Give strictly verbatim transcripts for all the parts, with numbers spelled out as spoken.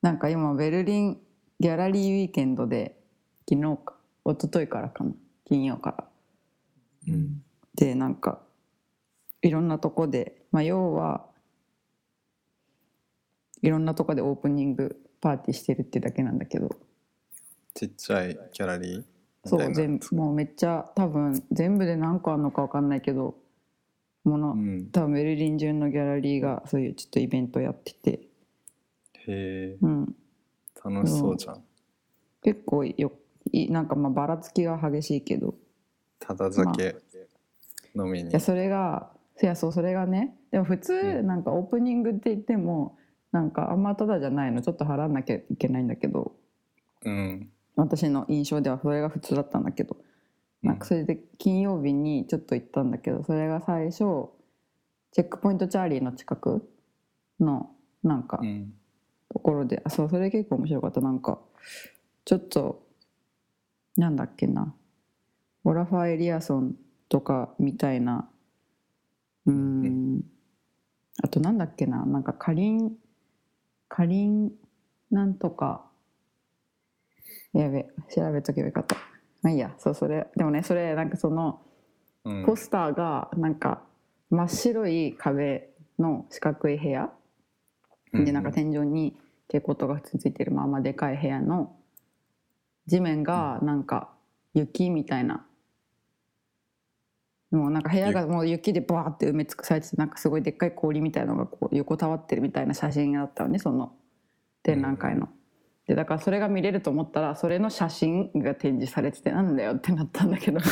なんか今ベルリンギャラリーウィーケンドで昨日か一昨日からかな金曜から、 うん、 でなんかいろんなとこで、まあ、要はいろんなとこでオープニングパーティーしてるってだけなんだけど、 ちっちゃいギャラリーみそたいうな。 全部もうめっちゃ多分全部で何個あるのか分かんないけどもの、 うん、 多分ベルリン中のギャラリーがそういうちょっとイベントやってて、 へえ、 うん、 楽しそうじゃん。 結構よいなんかまあばらつきが激しいけど、 ただ酒飲みに、 まあ、いやそれがいやそうそれがね、でも普通なんかオープニングって言ってもなんかあんまただじゃないの、ちょっと払わなきゃいけないんだけど、 うん、 私の印象ではそれが普通だったんだけど、なんかそれで金曜日にちょっと行ったんだけど、それが最初チェックポイントチャーリーの近くのなんかところで、あそうそれ結構面白かった。なんかちょっとなんだっけな、オラファー・エリアソンとかみたいな、うーん、あとなんだっけな、なんかカリンカリンなんとか、やべ調べとけばよかった。まあいいや、そうそれでもね、それなんかそのポスターがなんか真っ白い壁の四角い部屋で、なんか天井に蛍光灯が普通についてるまあまあでかい部屋の地面がなんか雪みたいな、もうなんか部屋がもう雪でバーって埋め尽くされてて、なんかすごいでっかい氷みたいなのがこう横たわってるみたいな写真があったのね、その展覧会の。でだからそれが見れると思ったらそれの写真が展示されてて、なんだよってなったんだけど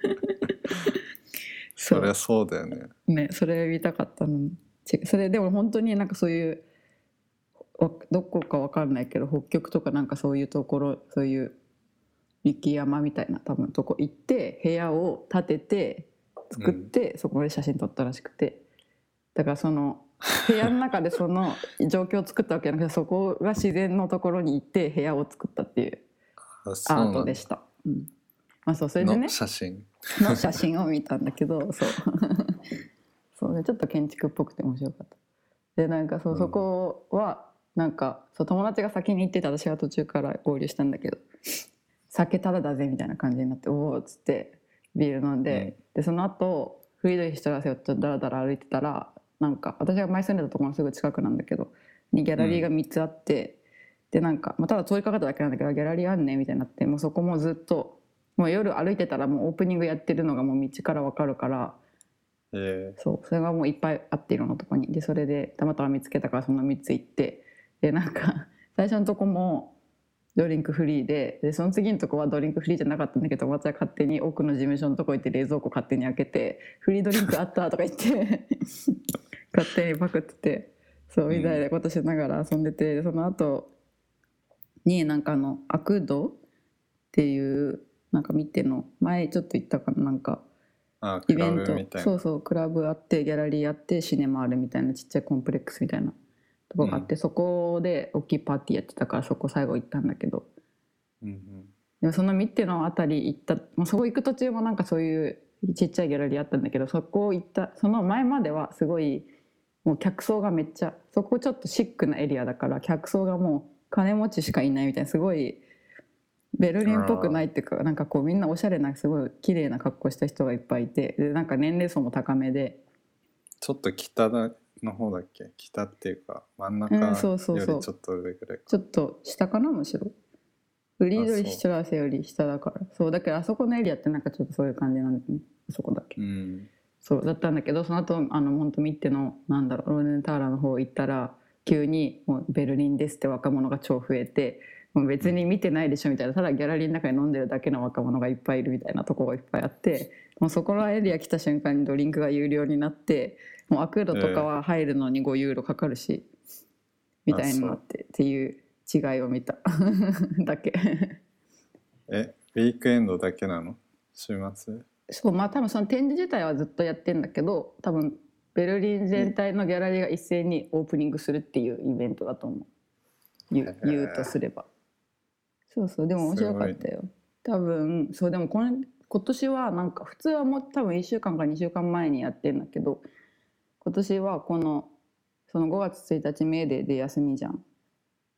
そりゃそうだよね。 ね、それ見たかったのに。それでも本当になんかそういうどこかわかんないけど北極とかなんかそういうところ、そういう雪山みたいな多分とこ行って部屋を建てて作って、うん、そこで写真撮ったらしくて、だからその部屋の中でその状況を作ったわけじゃなくてそこが自然のところに行って部屋を作ったっていうアートでした。うん、まあそうそれでね、 の写真の写真を見たんだけどそうそうね、ちょっと建築っぽくて面白かった。でなんかそう、そこはなんかそう友達が先に行ってて私が途中から合流したんだけど、酒タダだぜみたいな感じになって、おおっつってビール飲んで、うん、でその後フリードリヒシュトラッセをちょっとダラダラ歩いてたら、なんか私が前住んでたところのすぐ近くなんだけどにギャラリーがみっつあって、うん、でなんか、まあ、ただ通りかかっただけなんだけどギャラリーあんねみたいになって、もうそこもずっともう夜歩いてたらもうオープニングやってるのがもう道から分かるから、 えー、 そうそれがもういっぱいあっていろんなとこに、でそれでたまたま見つけたからそのみっつ行って、でなんか最初のとこもドリンクフリー で, でその次のとこはドリンクフリーじゃなかったんだけど、私は勝手に奥の事務所のとこ行って冷蔵庫勝手に開けてフリードリンクあったとか言って勝手にパクってて、そうみたいなことしながら遊んでて、その後になんかあのアクドっていうなんか見ての前ちょっと言ったかな、なんかイベント、そうそうクラブあってギャラリーあってシネマあるみたいなちっちゃいコンプレックスみたいなとこがあって、うん、そこで大きいパーティーやってたからそこ最後行ったんだけど、うんうん、でもそのミッテのあたり行った、まあ、そこ行く途中もなんかそういうちっちゃいギャラリーあったんだけど、そこ行ったその前まではすごいもう客層がめっちゃ、そこちょっとシックなエリアだから客層がもう金持ちしかいないみたいな、すごいベルリンっぽくないっていうか、なんかこうみんなおしゃれなすごい綺麗な格好した人がいっぱいいて、でなんか年齢層も高めで、 ちょっと北の方だっけ、北っていうか真ん中よりちょっと上ぐらいか、うん、そうそうそう、 ちょっと下かな、むしろフリードリヒシュトラッセより下だから、そうだけどあそこのエリアってなんかちょっとそういう感じなんだよね、あそこだけ、うん、そうだったんだけど、その後あの本当見てのなんだろうローネンターラの方行ったら急にもうベルリンですって若者が超増えて、もう別に見てないでしょみたいな、ただギャラリーの中に飲んでるだけの若者がいっぱいいるみたいなとこがいっぱいあって、もうそこのエリア来た瞬間にドリンクが有料になって、もうアクロとかは入るのにごユーロかかるし、えー、みたいになってっていう違いを見ただけえウィークエンドだけなの、週末？ そう、まあ多分その展示自体はずっとやってんだけど、多分ベルリン全体のギャラリーが一斉にオープニングするっていうイベントだと思う、言う、言うとすれば。そうそう、でも面白かったよ。多分そう、でもこの今年はなんか普通はもう多分いっしゅうかんかにしゅうかんまえにやってんだけど、今年はこのそのごがつついたちメーデーで休みじゃん。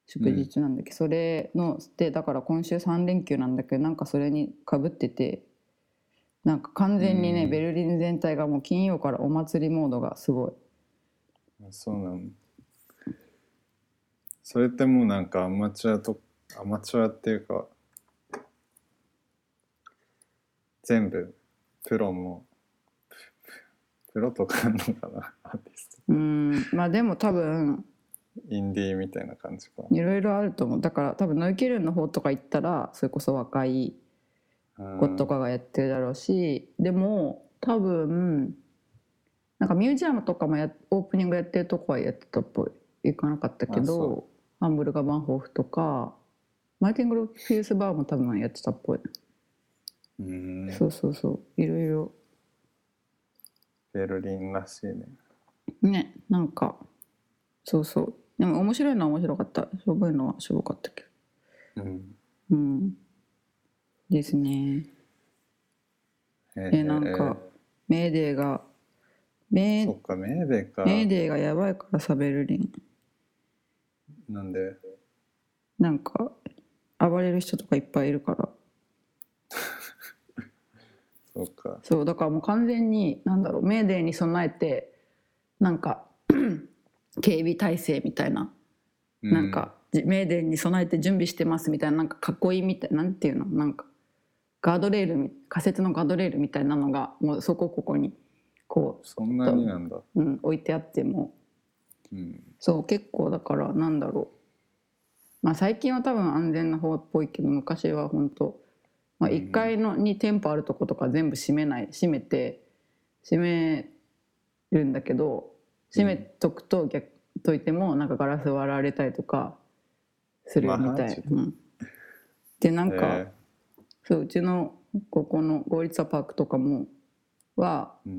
祝日なんだけど、うん、それのでだから今週さん連休なんだけどなんかそれにかぶっててなんか完全にね、うん、ベルリン全体がもう金曜からお祭りモードがすごい。 そうなの。それってもうなんかアマチュアとアマチュアっていうか全部プロもプロとかあるのかなアーティスト。 うんまあでも多分インディーみたいな感じか。 いろいろあると思う。だから多分ノイキルンの方とか行ったらそれこそ若い子とかがやってるだろうし、でも多分なんかミュージアムとかもやオープニングやってるとこはやってたっぽい。行かなかったけどハンブルガバンホーフとかマーティング・ロフィウスバーも多分やってたっぽい。うんそうそうそういろいろベルリンらしいね。 ねなんかそうそうでも面白いのは面白かった。そういうのはすごかったけどうんうんですね。えー、なんかメーデーがメーそっかメーデーかメーデーがやばいからさベルリンなんでなんか暴れる人とかいっぱいいるからそうかそうだからもう完全になんだろうメーデーに備えてなんか警備体制みたいな、うん、なんかメーデーに備えて準備してますみたいななんか囲いみたいなんていうのなんかガードレール仮設のガードレールみたいなのがもうそこここにこうそんなになんだ、 うん、置いてあっても、うん、そう結構だからなんだろうまあ最近は多分安全な方っぽいけど昔は本当まあ、いっかいのに店舗あるとことか全部閉めない閉めて閉めるんだけど閉めとくと逆といてもなんかガラス割られたりとかするみたい、うん、でなんか、えー、そううちのここのゴーリツァパークとかもは、うん、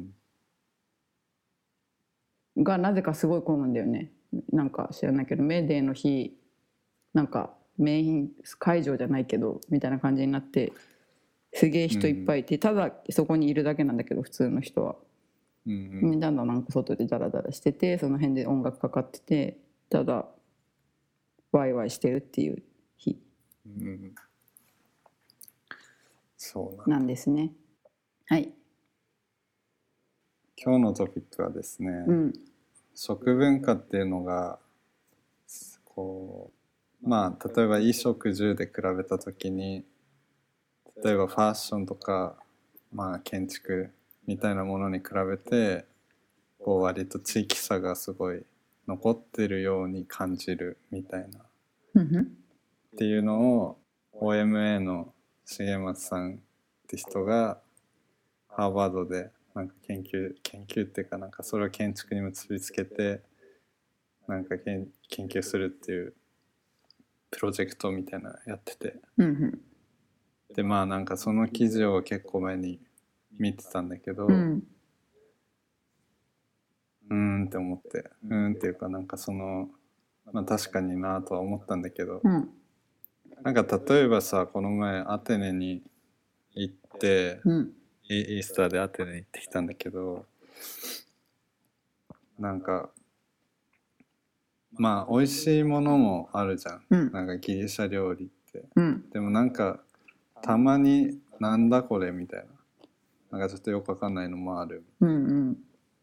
がなぜかすごい混むんだよね。なんか知らないけどメーデーの日なんかメイン会場じゃないけどみたいな感じになってすげえ人いっぱいいて、うん、ただそこにいるだけなんだけど普通の人は、うんうん、みんななんか外でダラダラしててその辺で音楽かかっててただワイワイしてるっていう日、うん、 そうなんですね。はい今日のトピックはですね、うん、食文化っていうのがこうまあ例えば衣食住で比べた時に例えばファッションとか、まあ、建築みたいなものに比べてこう割と地域差がすごい残ってるように感じるみたいな、うん、っていうのを オーエムエー の重松さんって人がハーバードでなんか研究研究っていうかなんかそれを建築に結びつけてなんか研究するっていうプロジェクトみたいなのやってて、うん、でまあなんかその記事を結構前に見てたんだけど、うん、うーんって思ってうーんっていうかなんかそのまあ確かになとは思ったんだけど、うん、なんか例えばさこの前アテネに行って、うん、イースターでアテネに行ってきたんだけどなんかまあ美味しいものもあるじゃん、うん、なんかギリシャ料理って、うん、でもなんかたまになんだこれみたいななんかちょっとよくわかんないのもある、うんうん、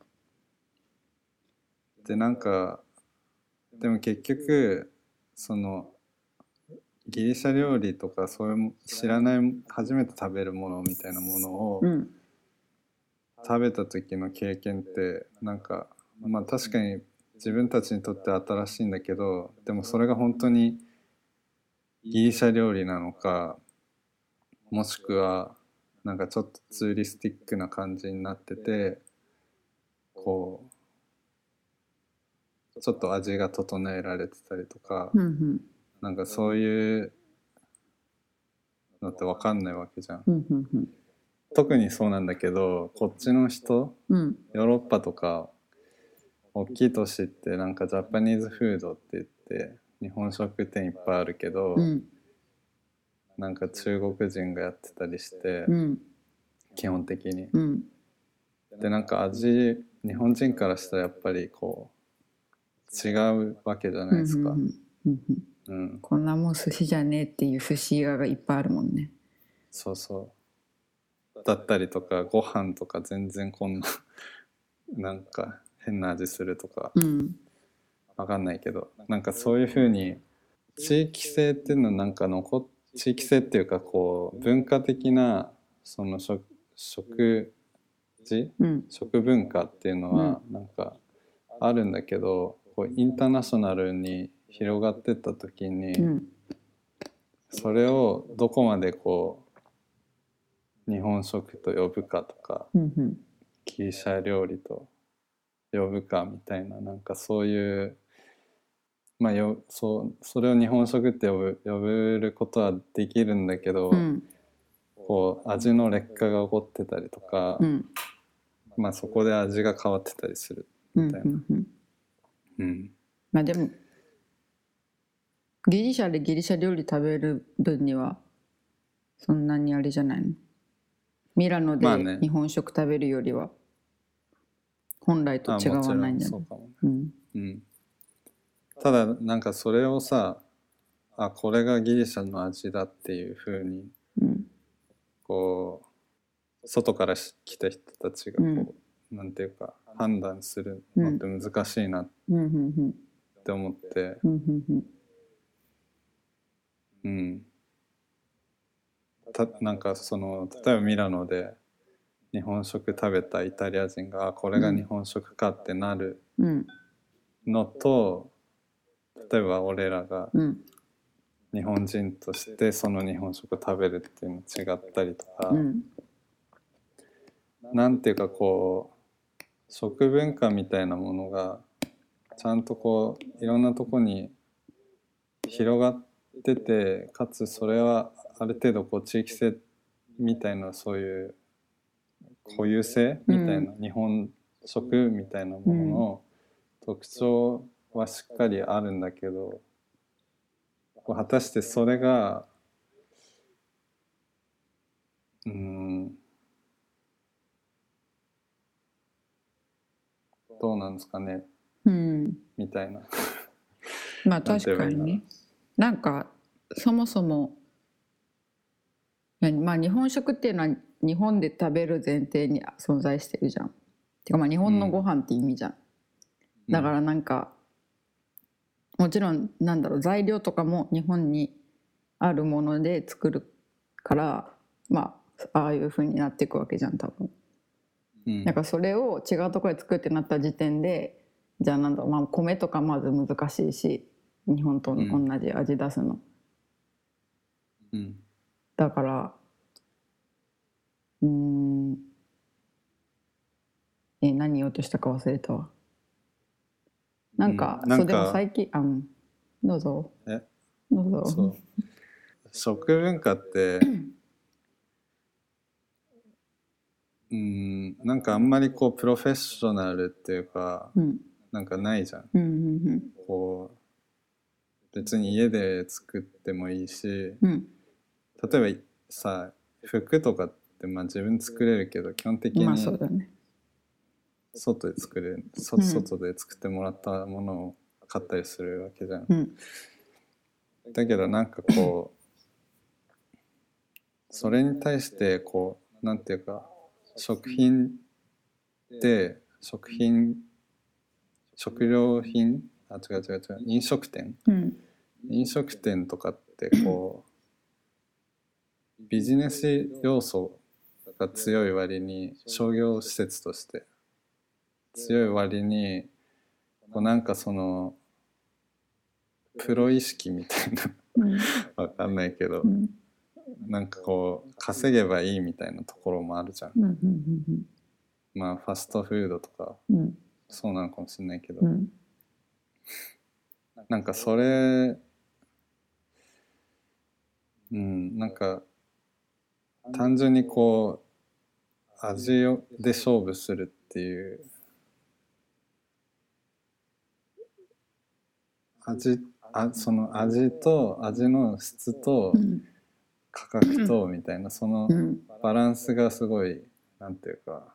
でなんかでも結局そのギリシャ料理とかそういう知らない初めて食べるものみたいなものを、うん、食べた時の経験ってなんかまあ確かに自分たちにとって新しいんだけどでもそれが本当にギリシャ料理なのかもしくはなんかちょっとツーリスティックな感じになっててこうちょっと味が整えられてたりとか、うんうん、なんかそういうのって分かんないわけじゃん、うんうんうん、特にそうなんだけどこっちの人、うん、ヨーロッパとか大きい都市ってなんかジャパニーズフードって言って日本食店いっぱいあるけど、うん、なんか中国人がやってたりして、うん、基本的に、うん、でなんか味日本人からしたらやっぱりこう違うわけじゃないですか、うんうんうんうん、 うん、 こんなもん寿司じゃねえっていう寿司屋がいっぱいあるもんね。 そうそうだったりとか、ご飯とか全然こんななんか変な味するとか、 うん、 わかんないけど、なんかそういうふうに地域性っていうのはなんか残っ地域性っていうかこう文化的なその食食事、 うん、 食文化っていうのうん、 はなんかあるんだけど、こうインターナショナルに広がってった時に、 うん、 それをどこまでこう日本食と呼ぶかとか、 うん、うん、 ギリシャ料理と呼ぶかみたいな、なんかそういう、まあよそうそれを日本食って呼ぶ呼ぶることはできるんだけど、 うん、 こう味の劣化が起こってたりとか、 うん、 まあそこで味が変わってたりするうん、 みたいな。 うん、うん。 うん。 まあでもギリシャでギリシャ料理食べる分にはそんなにあれじゃないの？ミラノまあね。 で日本食食べるよりは本来とあ、 違もちろんわないんじゃない？ そうかもね。 うん、 うん。ただなんかそれをさ、あ、これがギリシャの味だっていうふうにうん、 こう外から来た人たちがうん、 こう、なんていうか判断するうん、 のって難しいなっうん、うん、 て思って、 うん、うん、うん、 うん。たなんかその例えばミラノで日本食食べたイタリア人が、あ、これが日本食かってなるうん、 のと、例えば俺らがうん、 日本人としてその日本食を食べるっていうの違ったりとか、 うん、 なんていうかこう食文化みたいなものがちゃんとこういろんなとこに広がってて、かつそれはある程度こう地域性みたいな、そういう固有性みたいな、日本食みたいなものの特徴はしっかりあるんだけど、果たしてそれがうーんどうなんですかね、 うん、 みたいな。 まあなんて言確えばいいんだろう。 かにね。なんかそもそも何まあ日本食っていうのは日本で食べる前提に存在してるじゃん。てかまあ日本のご飯って意味じゃん。だからなんかもちろんなんだろう材料とかも日本にあるもので作るからまあああいう風になっていくわけじゃん多分。 うん、 なんかそれを違うところで作ってなった時点でじゃあなんだろう、まあ、米とかまず難しいし日本と同じ味出すの。 うん、 だからうーんえ何言おうとしたか忘れたわ。なんか、 うん、なそうでもんか最近あんどうぞえどうぞ。 そう食文化ってうんなんかあんまりこうプロフェッショナルっていうか、 うん、 なんかないじゃん。 うんうんこう別に家で作ってもいいし、 うん、 例えばさ服とかってまあ自分作れるけど基本的まあそうにだね。 外で作れる、そうん、 外で作ってもらったものを買ったりするわけじゃん。 うん、 だけどなんかこうそれに対してこうなんていうか食品で食品食料品あ違う違う違う飲食店うん、 飲食店とかってこうビジネス要素が強い割に商業施設として強い割にこうなんかそのプロ意識みたいなうん、 わかんないけど、 うん、 なんかこう稼げばいいみたいなところもあるじゃん。 うん、うん、 まあファストフードとかうん、 そうなのかもしれないけど、 うん、 なんかそれうんなんか単純にこう味をで勝負するっていう味あその味と味の質と価格とみたいなそのバランスがすごいなんていうか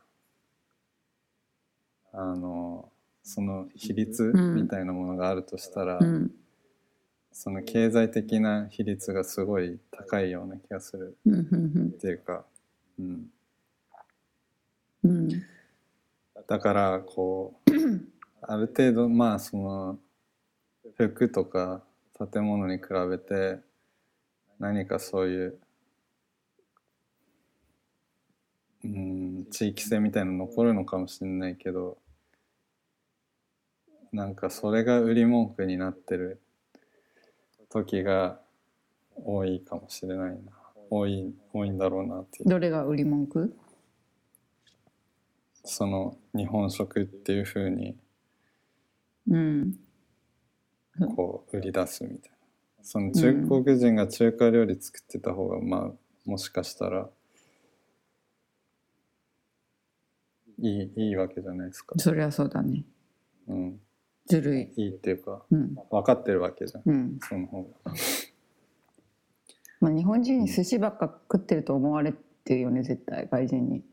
あのその比率みたいなものがあるとしたら、 その経済的な比率がすごい高いような気がするうんうんっていうか、うん、 うんうんだからこうある程度まあその服とか建物に比べて何かそういう、うん、地域性みたいなの残るのかもしれないけど、なんかそれが売り文句になってる時が多いかもしれないな。多い多いんだろうなっていう。 どれが売り文句？ その日本食っていう風にうんこう売り出すみたいな。その中国人が中華料理作ってた方がまあもしかしたらいいいいわけじゃないですか。 そりゃそうだね。 うん。 ずるい。 いいっていうか、 うん、 分かってるわけじゃん。 うん、 その方が。 まあ日本人に寿司ばっか食ってると思われてるよね、絶対外人に。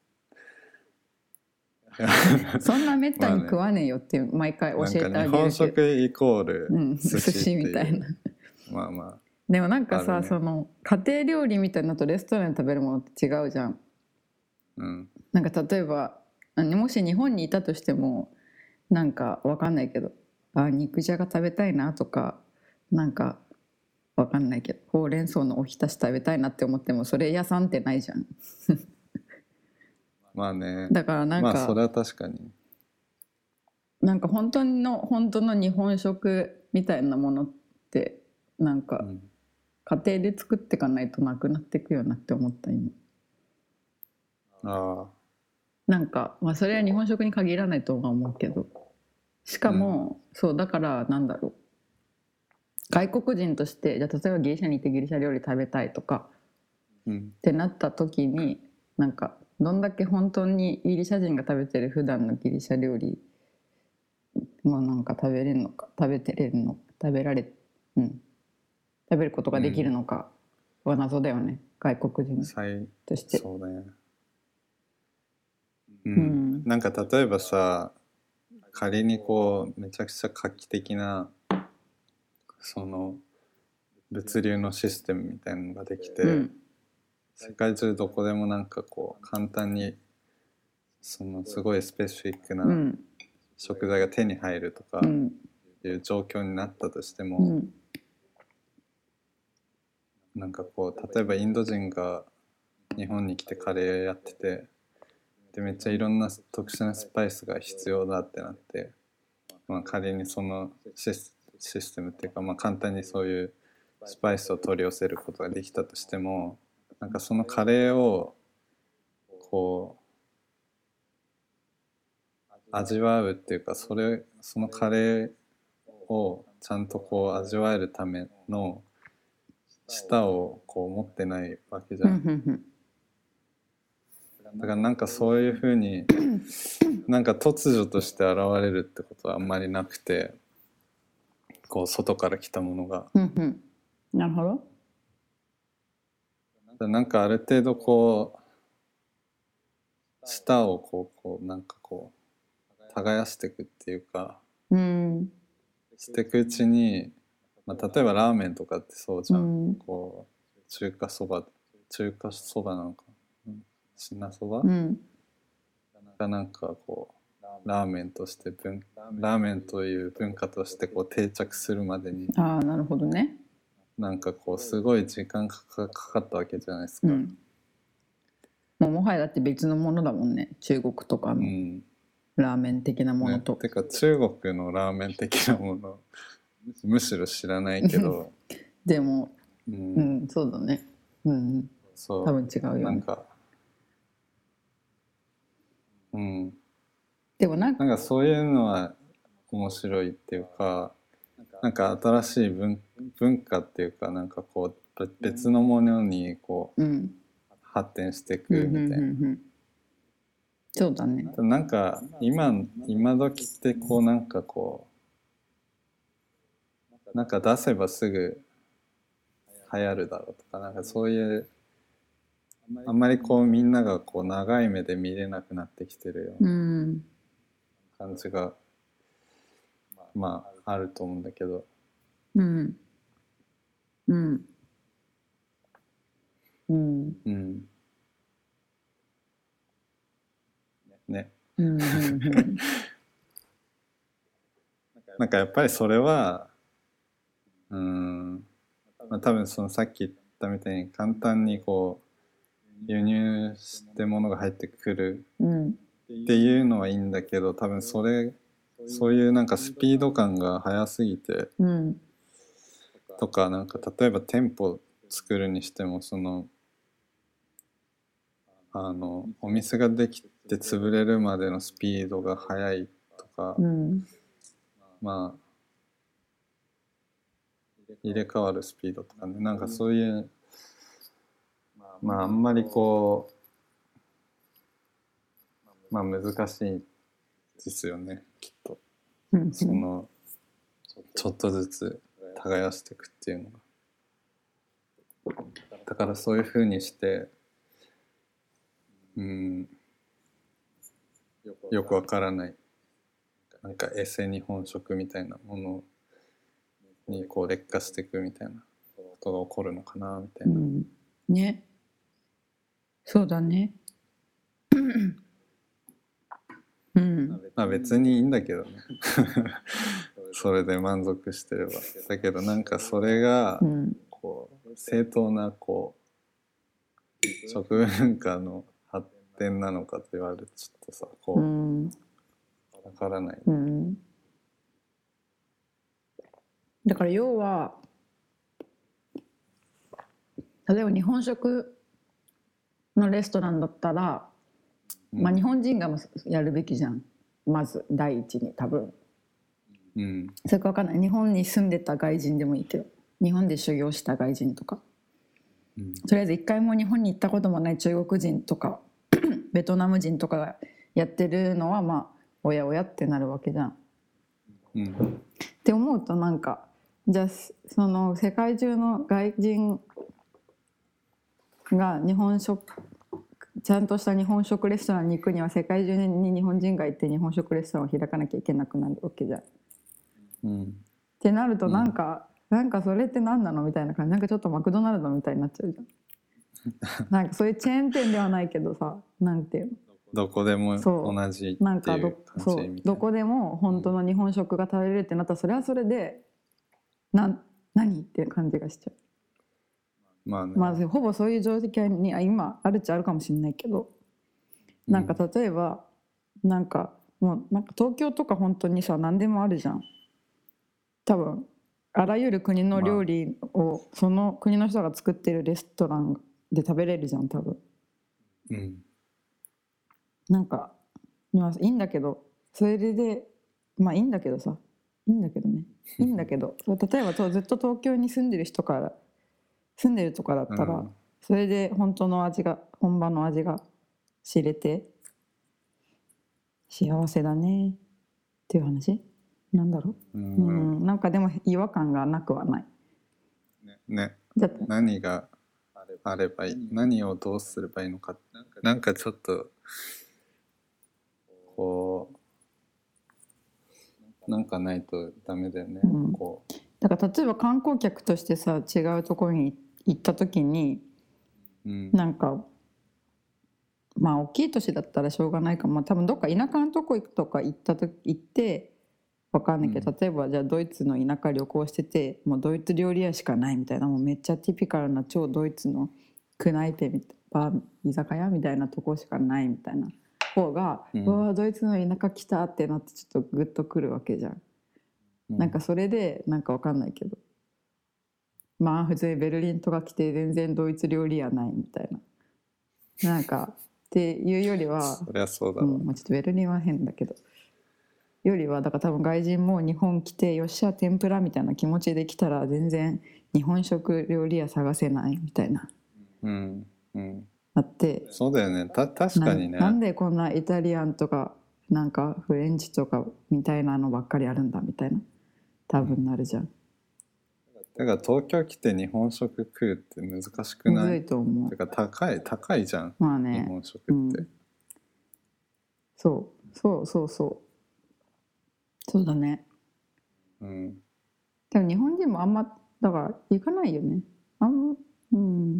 そんなめったに食わねえよって毎回教えてあげるけど、 なんか日本食イコール寿司、 寿司みたいな。 まあまあ。 でもなんかさ、 ね、 その家庭料理みたいなのとレストランで食べるものって違うじゃん。 うん、 なんか例えばもし日本にいたとしてもなんかわかんないけど、あ肉じゃが食べたいなとか、なんかわかんないけどほうれん草のおひたし食べたいなって思ってもそれ屋さんってないじゃん。 まあね。 だからなんか、 まあそれは確かに。 なんか本当の本当の日本食みたいなものってなんか家庭で作っていかないとなくなっていくよなって思った今。 ああ。 なんか、まあ、それは日本食に限らないとは思うけど、しかも、うん、そうだからなんだろう、外国人としてじゃあ例えばギリシャに行ってギリシャ料理食べたいとか、うん、ってなった時になんかどんだけ本当にギリシャ人が食べてる普段のギリシャ料理もなんか食べれるのか食べてれるの食べられうん食べることができるのかは謎だよね、うん、外国人として。 そうだね。うんうん、なんか例えばさ、仮にこうめちゃくちゃ画期的なその物流のシステムみたいなのができて、うん、世界中どこでもなんかこう簡単にそのすごいスペシフィックな食材が手に入るとかいう状況になったとしても、うん、なんかこう例えばインド人が日本に来てカレーやってて、でめっちゃいろんな特殊なスパイスが必要だってなって、まあ、仮にそのシス、システムっていうか、まあ、簡単にそういうスパイスを取り寄せることができたとしても、なんかそのカレーをこう味わうっていうか、それそのカレーをちゃんとこう味わえるための舌をこう持ってないわけじゃん。だからなんかそういうふうになんか突如として現れるってことはあんまりなくて、こう外から来たものが、 うんうん、なるほど。なんかある程度こう舌をこうこうなんかこう耕していくっていうか、うん、していくうちに、まあ、例えばラーメンとかってそうじゃん、うん、こう中華そば中華そばなのか品そば、うん、がなんかこうラーメンとして文ラーメンという文化としてこう定着するまでに、 ああなるほどね、 なんかこうすごい時間か か, かかったわけじゃないですか、うん、 もうもはやだって別のものだもんね、中国とかのラーメン的なものと、 ね、てか中国のラーメン的なものむしろ知らないけどでも、うん、うん、そうだね、うん、そう多分違うよね、 なんかうん、 でもなんか、 なんかそういうのは面白いっていうか、なんか新しい 文, 文化っていうか、なんかこう別のものにこう、うん、発展していくみたいな、うんうんうんうん、 そうだね。 なんか今今時ってこうなんかこうなんか出せばすぐ流行るだろうとか、なんかそういうあんまりこうみんながこう長い目で見れなくなってきてるような感じが、うん、まああると思うんだけど、 うん、 うんうんうんね、 うんうんうんなんかやっぱりそれはうーん、まあ、多分そのさっき言ったみたいに簡単にこう輸入して物が入ってくるうんっていうのはいいんだけど、多分それそういうなんかスピード感が速すぎてうんとか、なんか例えば店舗作るにしてもそのあのお店ができて潰れるまでのスピードが速いとか、 うんまあ入れ替わるスピードとかね、なんかそういうまああんまりこうまあ難しいですよね、きっと。 うんそのちょっとずつ耕していくっていうのが。だからそういうふうにしてうんよくわからないなんかエセ日本食みたいなものにこう劣化していくみたいなことが起こるのかなみたいな、 うんね、そうだね。うん、 まあ別にいいんだけどねそれで満足してれば。だけどなんかそれがうんこう正当なこう食文化の発展なのかと言われるとちょっとさうこんうわからない、 うん、だから要は例えば日本食のレストランだったら、 うん、 まあ日本人がやるべきじゃん、まず第一に。多分うん、 それか分かんない、日本に住んでた外人でもいいけど、日本で修行した外人とか、 うん、 とりあえず一回も日本に行ったこともない中国人とかベトナム人とかがやってるのはまあおやおやってなるわけじゃん。 うん、 って思うとなんかじゃあその世界中の外人が日本食ちゃんとした日本食レストランに行くには世界中に日本人がいて日本食レストランを開かなきゃいけなくなるわけじゃん。 うん、 ってなるとなんか、うん、なんかそれって何なのみたいな感じ、なんかちょっとマクドナルドみたいになっちゃうじゃんなんかそういうチェーン店ではないけどさ、なんていうの、 どこでも同じっていうなんかど感そうじみたいな。 どこでも本当の日本食が食べれるってなったらそれはそれでな何っていう感じがしちゃう。 まあね、 まあほぼそういう状況に今あるっちゃあるかもしれないけど、なんか例えばなんかもうなんか東京とか本当にさ何でもあるじゃん。多分あらゆる国の料理をその国の人が作ってるレストランで食べれるじゃん多分。 うん、 なんかまあいいんだけど、それでまあいいんだけどさいいんだけどねいいんだけど例えばずっと東京に住んでる人から住んでるとかだったら、うん、それで本当の味が本場の味が知れて幸せだねっていう話なんだろう、うん、うん、なんかでも違和感がなくはないね、ね、何があればいい、何をどうすればいいのか、なんかちょっとこうなんかないとダメだよね、うん、こうだから例えば観光客としてさ違うところに行った時に、うん、なんかまあ大きい都市だったらしょうがないかも、まあ、多分どっか田舎のとこ行くとか行った時行って分かんないけど、うん、例えばじゃあドイツの田舎旅行しててもうドイツ料理屋しかないみたいな、もうめっちゃティピカルな超ドイツのクナイペみたいなバー居酒屋みたいなとこしかないみたいな方が、うん、うわドイツの田舎来たってなってちょっとグッとくるわけじゃん、うん、なんかそれでなんか分かんないけどまあ普通にベルリンとか来て全然ドイツ料理屋ないみたいな、なんかっていうよりはそりゃそうだわ、 うんまあ、ちょっとベルリンは変だけどよりはだから多分外人も日本来てよっしゃ天ぷらみたいな気持ちで来たら全然日本食料理屋探せないみたいな、 うんうん、 あってそうだよね、た確かにねな, なんでこんなイタリアンとかなんかフレンチとかみたいなのばっかりあるんだみたいな多分なるじゃん、 だから東京来て日本食食うって難しくない？ むずいと思う。 てか高い高いじゃん、 まあね、 日本食って、うん、 そうそうそうそうそうだね、 うん、 でも日本人もあんまだから行かないよね。あん、うん、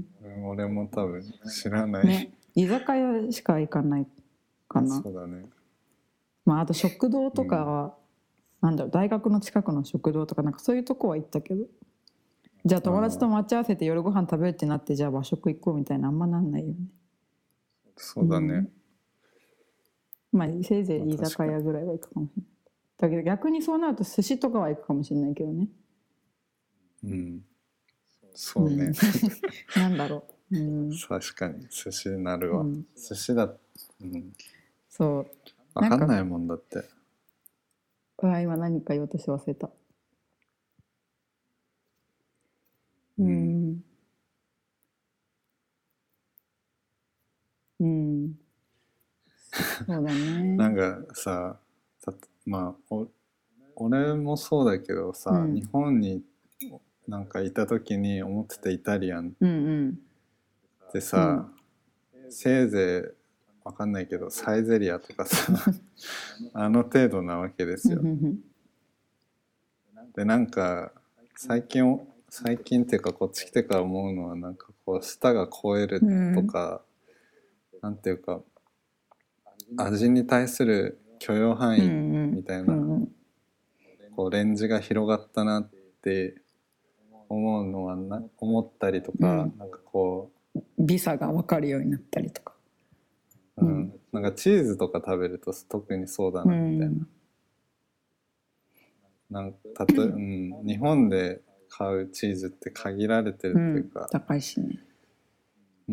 俺も多分知らない、 ね、居酒屋しか行かないかな。 そうだね。 まああと食堂とかは、うん、なんだろう、大学の近くの食堂とかなんかそういうとこは行ったけど、じゃあ友達と待ち合わせて夜ご飯食べるってなってじゃあ和食行こうみたいなあんまなんないよね。 そうだね、 うん、まあせいぜい居酒屋ぐらいは行くかもしれない。だけど逆にそうなると寿司とかは行くかもしれないけどね。 うん、そうね、 うん、なんだろう、うん、 確かに寿司になるわ、うん、寿司だ、うん、 そう分かんないもんだって。 うわ今何か言おうとして忘れた。うんうん、そうだね。 なんかさ、まあお俺もそうだけどさ、うん、日本になんかいた時に思ってたイタリアンってさ、うんうん、せいぜい分かんないけどサイゼリアとかさあの程度なわけですよ。でなんか最近最近っていうかこっち来てから思うのはなんかこう舌が超えるとか、うん、なんていうか味に対する許容範囲みたいな、うんうん、こうレンジが広がったなって思うのはな思ったりとか、うん、なんかこう美さが分かるようになったりとか、 うんうん、なんかチーズとか食べると特にそうだなみたいな、うん、なんかたと、うん、日本で買うチーズって限られてるっていうか、 うん、高いしね、 うん、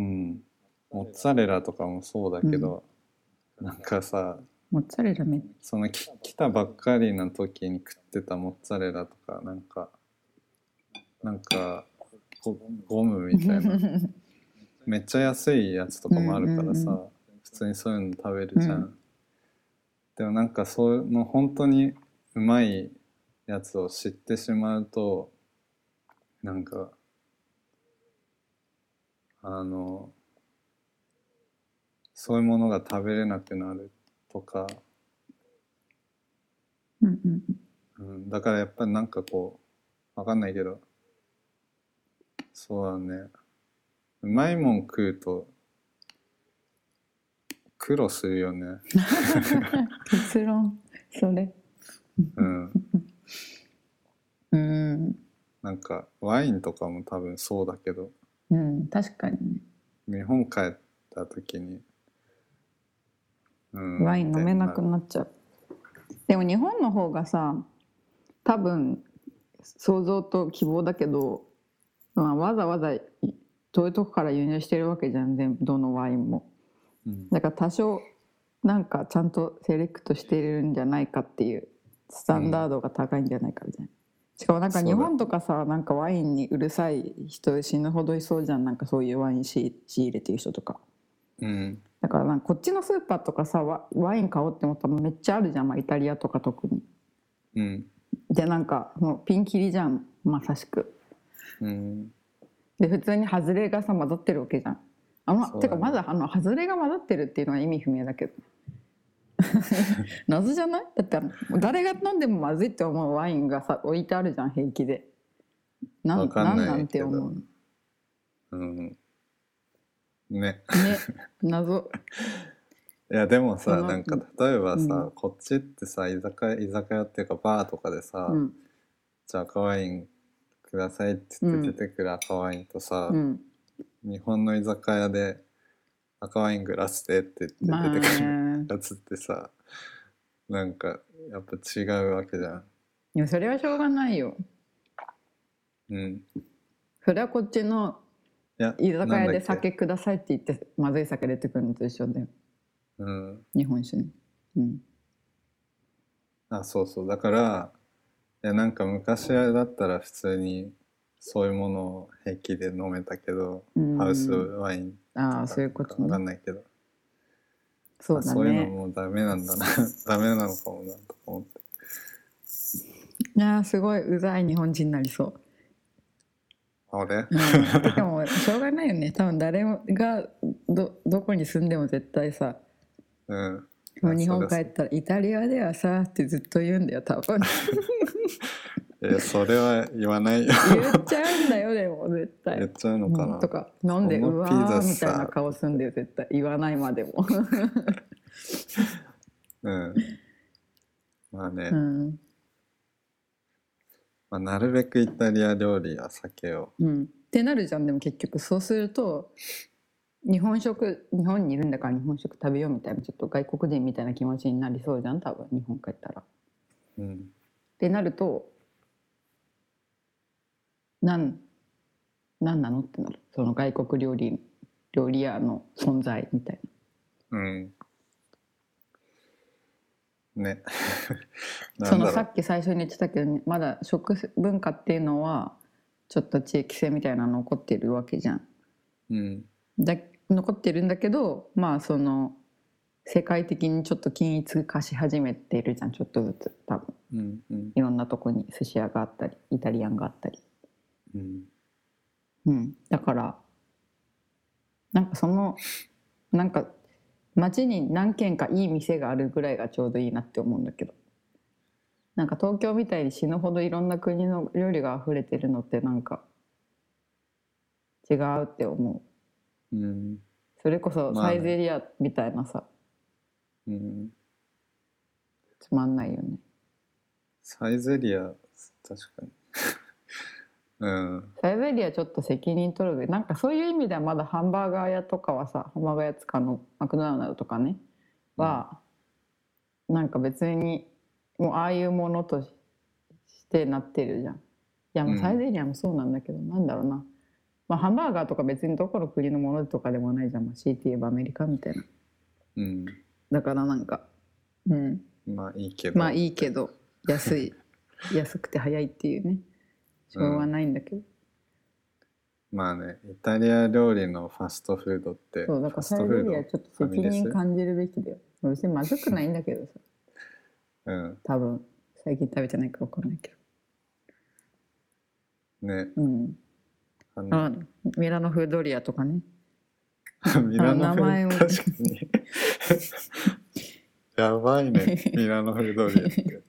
モッツァレラとかもそうだけど、うん、なんかさモッツァレラめそのき来たばっかりの時に食ってたモッツァレラとかなんかなんかゴムみたいなめっちゃ安いやつとかもあるからさ、うんうんうん、普通にそういうの食べるじゃん、うん、でもなんかそういうの本当にうまいやつを知ってしまうとなんかあのそういうものが食べれなくなるとか、 うんうんうん、だからやっぱりなんかこうわかんないけどそうだねうまいもん食うと苦労するよね結論それうんうんなんかワインとかも多分そうだけど、 うん、確かにね日本帰った時に、 うん、ワイン飲めなくなっちゃう。でも日本の方がさ多分想像と希望だけど、まあ、わざわざ遠いとこから輸入してるわけじゃん全部どのワインも、うん、だから多少なんかちゃんとセレクトしてるんじゃないかっていうスタンダードが高いんじゃないかみたいな、うん、しかもなんか日本とかさなんかワインにうるさい人死ぬほどいそうじゃん、なんかそういうワイン仕入れてる人とか、 うん、 だからなんかこっちのスーパーとかさ ワ, ワイン買おうって思ったらめっちゃあるじゃん、まあ、イタリアとか特に、 うん、 でなんかもうピンキリじゃんまさしく、 うん、 で普通にハズレがさ混ざってるわけじゃん。あ、ま、てかまだあのハズレが混ざってるっていうのは意味不明だけど謎じゃない？だって誰が飲んでもまずいって思うワインがさ置いてあるじゃん平気で。なんなんなんて思うの。 うんねね謎いやでもさなんか例えばさ、うん、こっちってさ居酒屋居酒屋っていうかバーとかでさ、うん、じゃあ赤ワインくださいって言って出てくる赤ワインとさ、うん、日本の居酒屋で赤ワイングラスでって言って出てくるやつってさ、まあ、なんかやっぱ違うわけじゃん。 いやそれはしょうがないよ。 うんそれはこっちの居酒屋で酒くださいって言ってまずい酒出てくるのと一緒だよ、うん、日本酒ね、うん、 あそうそうだからいやなんか昔だったら普通にそういうものを平気で飲めたけど、うん、ハウスワインとかあそういうことね、 分かんないけどそうだね、 そういうのもうダメなんだなダメなのかもなと思って、 いやすごいうざい日本人になりそう。 あれ、 うん、てかもうしょうがないよね多分誰が ど, どこに住んでも絶対さ、うん、もう日本帰ったらイタリアではさってずっと言うんだよ多分えそれは言わないよ言っちゃうんだよでも絶対言っちゃうのかな、 うん、とか飲んでうわーみたいな顔すんだよ絶対言わないまでもうんまあね、 うんまあ、なるべくイタリア料理は避けよう、うん、ってなるじゃん。でも結局そうすると日本食日本にいるんだから日本食食べようみたいなちょっと外国人みたいな気持ちになりそうじゃん多分日本帰ったら。 う、うん、 ってなるとなんなんなのってなるその外国料理料理屋の存在みたいなうんねそのさっき最初に言ってたけど、ね、まだ食文化っていうのはちょっと地域性みたいなの残ってるわけじゃん、 うん、 だ残ってるんだけどまあその世界的にちょっと均一化し始めているじゃんちょっとずつ多分、 うんうん、 いろんなとこに寿司屋があったりイタリアンがあったり、 うんうん、だからなんかそのなんか街に何軒かいい店があるぐらいがちょうどいいなって思うんだけどなんか東京みたいに死ぬほどいろんな国の料理が溢れてるのってなんか違うって思う、うん、 それこそサイゼリアみたいなさ、まあね、うん、 つまんないよね。 サイゼリア確かにうん、 サイゼリアちょっと責任取るべなんかそういう意味ではまだハンバーガー屋とかはさハンバーガー屋つかのマクドナルドとかねは、うん、なんか別にもうああいうものとしてなってるじゃん。いやもうサイゼリアもそうなんだけど、うん、なんだろうな、まあ、ハンバーガーとか別にどこの国のものとかでもないじゃん、まあ、強いて言えばアメリカみたいな、 うん、 だからなんかうんまあいいけどまあいいけど安い安くて早いっていうねしょうがないんだけど、うん、 まあねイタリア料理のファストフードってそうだからサイゼリアちょっと責任感じるべきだよ。別にまずくないんだけどさうん多分最近食べてないか分かんないけどね、 うんあのあミラノ風ドリアとかねミラノ風確かにやばいねミラノ風ドリアって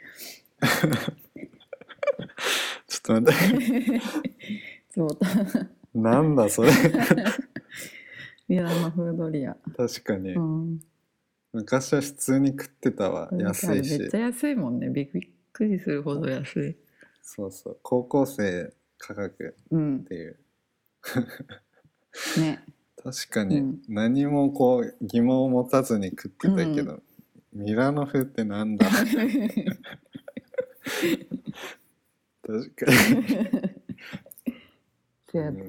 ちょっと待ってそうなんだそれミラノ風ドリア確かに、 うん、 昔は普通に食ってたわ安いしめっちゃ安いもんねびっくりするほど安いそうそう高校生価格っていう、 うん、ね確かに何もこう疑問を持たずに食ってたけど、うん、ミラノ風ってなんだ確かに、うん、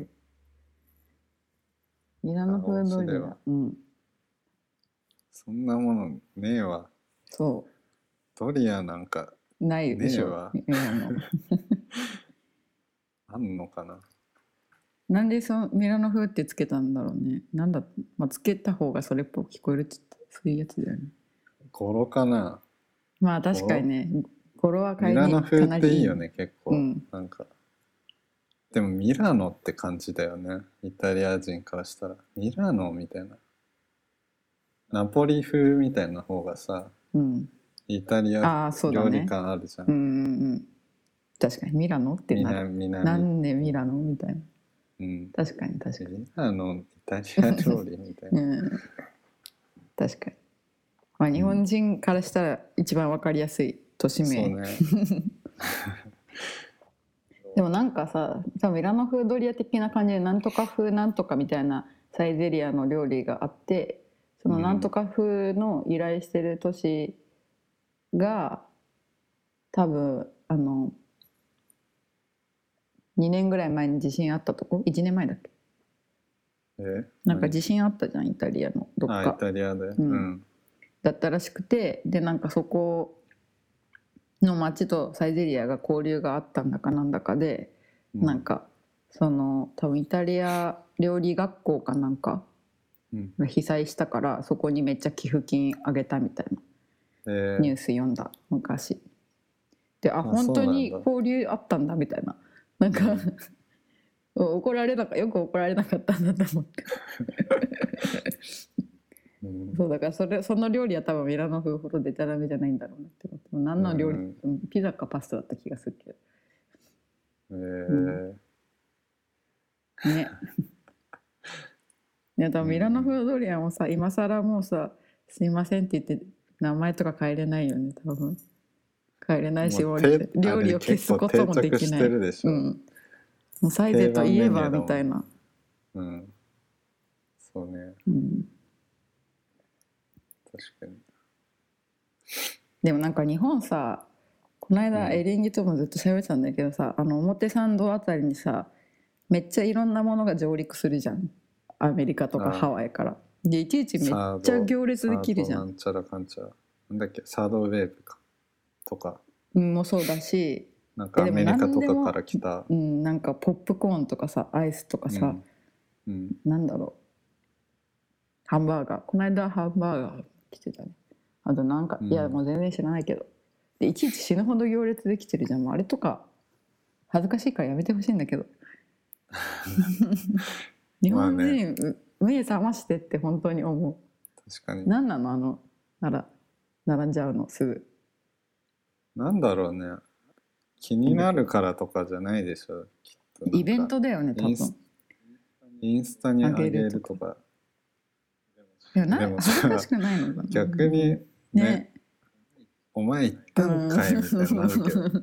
ミラノ風ドリア、うん、 そんなものねえわそうドリアなんかないでしょねえわあんのかななんでそのミラノ風ってつけたんだろうね。なんだ、まあ、つけた方がそれっぽく聞こえるって言ったそういうやつだよね。 語呂かな。 まあ確かにね語呂は買いにミラノ風っていいよね結構、うん、なんかでもミラノって感じだよねイタリア人からしたらミラノみたいなナポリ風みたいな方がさ、うん、イタリア料理感あるじゃん、ね、うんうんうん、確かにミラノってなる南なんでミラノみたいな、 うん、 確かに確かにミラノイタリア料理みたいな、うん、 確かに、まあ、日本人からしたら一番わかりやすい都市名、うん、そうねでもなんかさ多分ミラノ風ドリア的な感じでなんとか風なんとかみたいなサイゼリアの料理があってそのなんとか風の依頼してる都市が多分あのにねんぐらい前に地震あったとこいちねんまえだっけえなんか地震あったじゃんイタリアのどっかあイタリアで、うんうん、 だったらしくてでなんかそこの町とサイゼリアが交流があったんだかなんだかで、うん、なんかその多分イタリア料理学校かなんかが被災したから、うん、そこにめっちゃ寄付金あげたみたいな、えー、ニュース読んだ昔であ本当に交流あったんだみたいななんか、うん、怒られなかよく怒られなかったんだと思ってうん、 そうだからそれその料理は多分ミラノ風ほどデタラメじゃないんだろうなって思って、何の料理、うん、ピザかパスタだった気がするけど。 えーうん、ね。いや多分ミラノ風ドリアもさ、今更もうさ「すいません」って言って名前とか変えれないよね多分。変えれないし、 もう料理を消すこともできない。うん、もうサイゼといえばみたいな。 うん、そうね、 うん、 確かに。 でもなんか日本さ、この間エリンギともずっと喋ってたんだけどさ、あの表参道あたりにさめっちゃいろんなものが上陸するじゃん、アメリカとかハワイから。でいちいちめっちゃ行列できるじゃん。 なんちゃらかんちゃらなんだっけ、サードウェーブかとかもそうだし、 なんかアメリカとかから来た、 うん、なんかポップコーンとかさアイスとかさ、うんうん、なんだろう、ハンバーガー、この間ハンバーガー来てたね。あとなんか、うん、いやもう全然知らないけど、でいちいち死ぬほど行列できてるじゃん。もうあれとか恥ずかしいからやめてほしいんだけど日本人、ね、目覚ましてって本当に思う。 確かに。 何なのあのなら並んじゃうのすぐ。 なんだろうね、気になるからとかじゃないでしょ、きっと。 イベントだよね多分。 インスタに上げるとか。 いやな、恥ずかしくないのかな。 逆にね、ね、お前行ったんかいみたいになるけど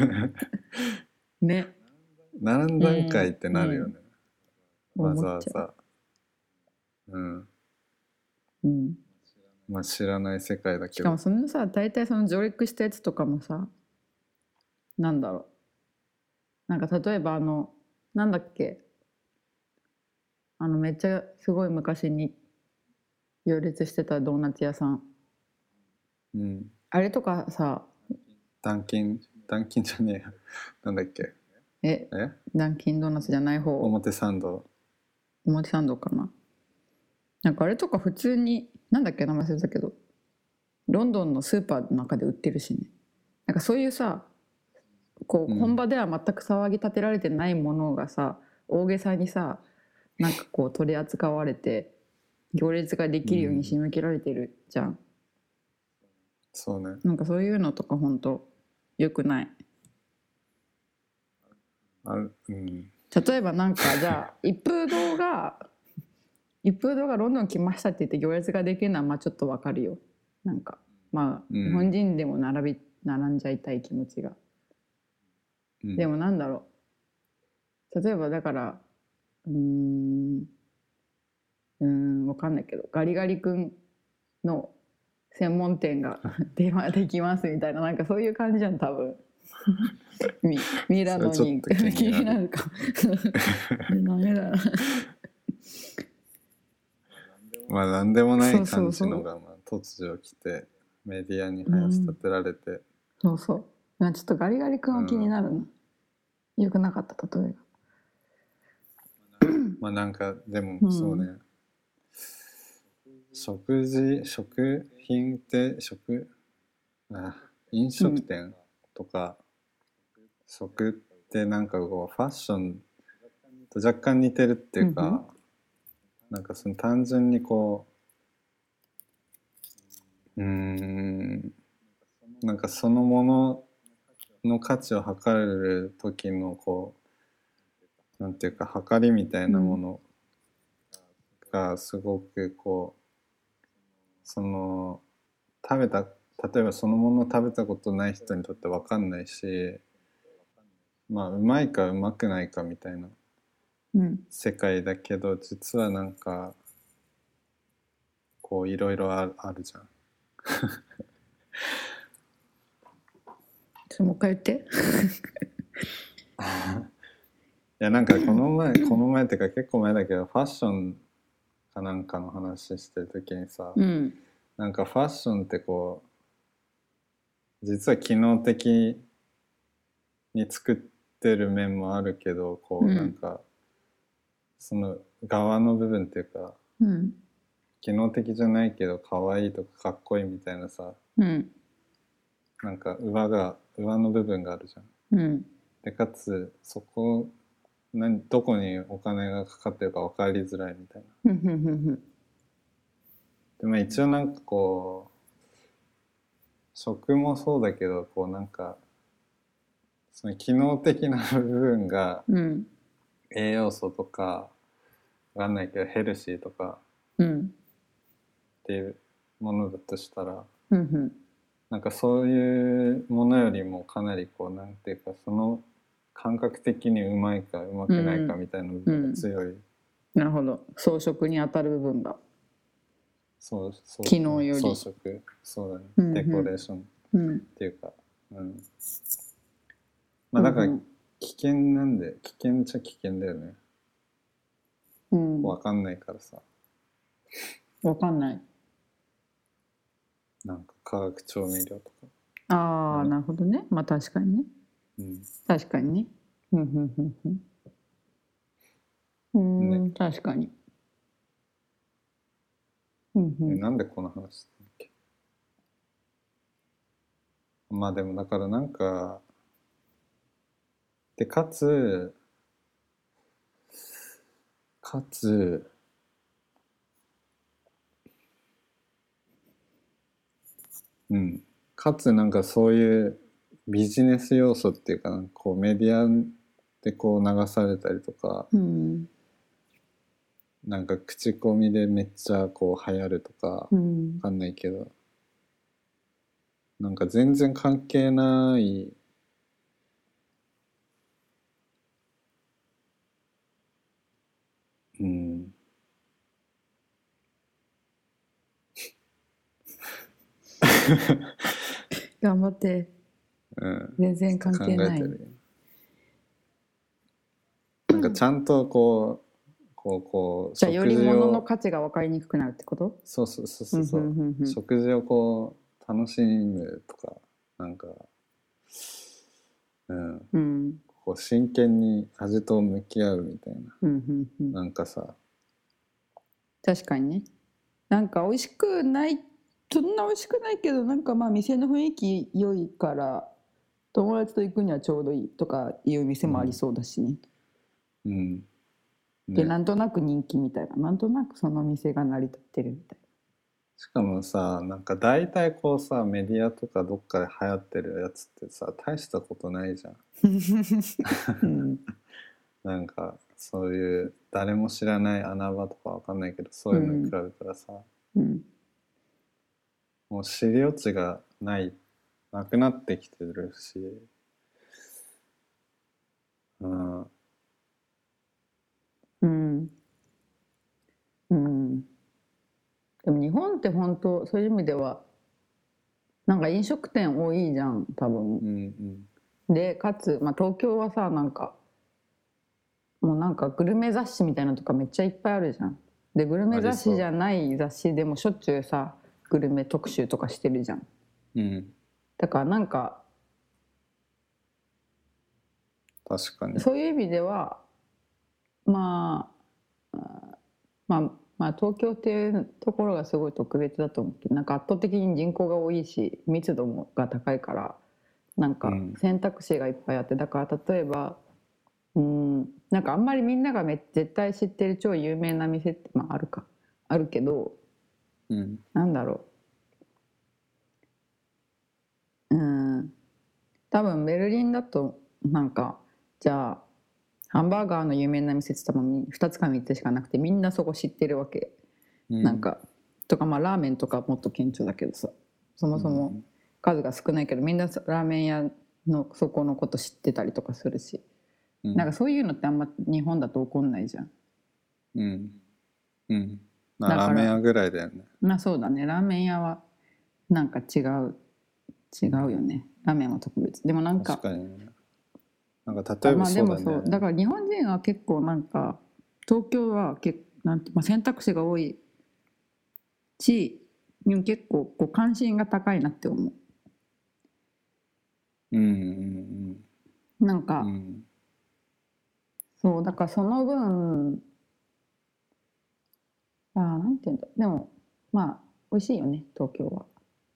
ね、 並んだんかいってなるよね、うん、わざわざ。うん、うん、まあ知らない世界だけど。 しかもそのさ、大体その上陸したやつとかもさ、なんだろう、なんか例えばあのなんだっけ、あのめっちゃすごい昔に行列してたドーナツ屋さん、うん、あれとかさ、 ダンキンダンキンじゃねえやなんだっけ、 ええダンキンドーナツじゃない方、 表参道、 表参道かな。なんかあれとか普通になんだっけ名前忘れたけど、ロンドンのスーパーの中で売ってるしね。なんかそういうさ、こう本場では全く騒ぎ立てられてないものがさ、大げさにさなんかこう取り扱われて行列ができるように仕向けられてるじゃん、うん、 そうね。 なんかそういうのとか本当良くない。 ある、うん、 例えばなんかじゃあ一風堂が一風堂がロンドン来ましたって言って行列ができるのはまあちょっとわかるよ。なんかまあ日本人でも並び並んじゃいたい気持ちが、うん、でもなんだろう、例えばだからうーんうーん分かんないけど、ガリガリ君の専門店が電話できますみたいな、なんかそういう感じじゃん多分ミ, ミラノに気になるかダメだなまあ何でもない感じのがまあ突如来てメディアに林立てられて、うん、 そうそう、ちょっとガリガリ君は気になるな、うん、よくなかった例えがまあなんかでもそうね、うん、食事食品って食あ飲食店とか、うん、食ってなんかこうファッションと若干似てるっていうか、うん、なんかその単純にこううーんなんかそのものの価値を測る時のこうなんていうか測りみたいなものがすごくこうその食べた例えばそのものを食べたことない人にとって分かんないし、まあうまいかうまくないかみたいな世界だけど、実はなんかこういろいろあるじゃんもう一回言っていやなんかこの前この前っていうか結構前だけどファッションかなんかの話してる時にさ、うん、なんかファッションってこう実は機能的に作ってる面もあるけど、こうなんかその側の部分っていうか、うん、機能的じゃないけど可愛いとかかっこいいみたいなさ、うん、なんか上が上の部分があるじゃん、うん、でかつそこ何どこにお金がかかってるか分かりづらいみたいなでも一応なんかこう食もそうだけどこうなんかその機能的な部分が栄養素とかわかんないけどヘルシーとかっていうものだとしたら、 うんうん、 なんかそういうものよりもかなりこうなんていうかその感覚的にうまいかうまくないかみたいな部分が強い、うんうん、 なるほど。装飾に当たる部分がそうそう機能より装飾そうだね、うんうん、デコレーションっていうか、うん、まあだから危険なんで危険っちゃ危険だよね、うん、分かんないからさ分かんないなんか化学調味料とかああ、うん、なるほどね。まあ確かにね、うん、確かにねうんうんうんうんうん、ね、確かに、 うんうん、なんでこの話したんだっけ。まあでもだからなんかでかつかつうんかつなんかそういうビジネス要素っていうかなんかこうメディアでこう流されたりとか、うん、なんか口コミでめっちゃこう流行るとか、うん、わかんないけどなんか全然関係ないうん頑張って、うん、全然関係ない。考えてる。 なんかちゃんとこうこうこうじゃあより物の価値が分かりにくくなるってこと？ そうそうそうそう、食事をこう楽しむとかなんか、うんうん、こう真剣に味と向き合うみたいな、うんうんうん、なんかさ確かにねなんか美味しくないそんな美味しくないけどなんかまあ店の雰囲気良いから友達と行くにはちょうどいいとかいう店もありそうだしね、うん、うんね、でなんとなく人気みたいななんとなくその店が成り立ってるみたいな。 しかもさなんか大体こうさメディアとかどっかで流行ってるやつってさ大したことないじゃん、うん、なんかそういう誰も知らない穴場とかわかんないけどそういうのに比べたらさ、うん、もう知る余地がないなくなってきてるし、うんうんうんでも日本って本当そういう意味ではなんか飲食店多いじゃん多分、うんうん、でかつ、まあ、東京はさなんかもうなんかグルメ雑誌みたいなのとかめっちゃいっぱいあるじゃん。でグルメ雑誌じゃない雑誌でもしょっちゅうさグルメ特集とかしてるじゃん、うん、だからなんか確かにそういう意味ではまあまあまあ東京っていうところがすごい特別だと思ってなんか圧倒的に人口が多いし密度もが高いからなんか選択肢がいっぱいあって、うん、だから例えばうんなんかあんまりみんながめ絶対知ってる超有名な店ってまああるかあるけど、うん、なんだろううん多分ベルリンだとなんかじゃあハンバーガーの有名な店って多分ふたつかみっつしかなくてみんなそこ知ってるわけ、うん、なんかとかまあラーメンとかもっと顕著だけどさそもそも数が少ないけどみんなラーメン屋のそこのこと知ってたりとかするし、うん、なんかそういうのってあんま日本だと起こんないじゃん。 うんうんまあラーメン屋ぐらいだよね。 まあそうだねラーメン屋はなんか違う違うよねラーメンは特別でもなんか確かにねなんか例えばそうだね、 まあ、でもそうだから日本人は結構なんか東京は結なんて、まあ、選択肢が多いし結構こう関心が高いなって思う。うんうんうんなんか、うん、そうだからその分あなんていうんだでもまあ美味しいよね東京は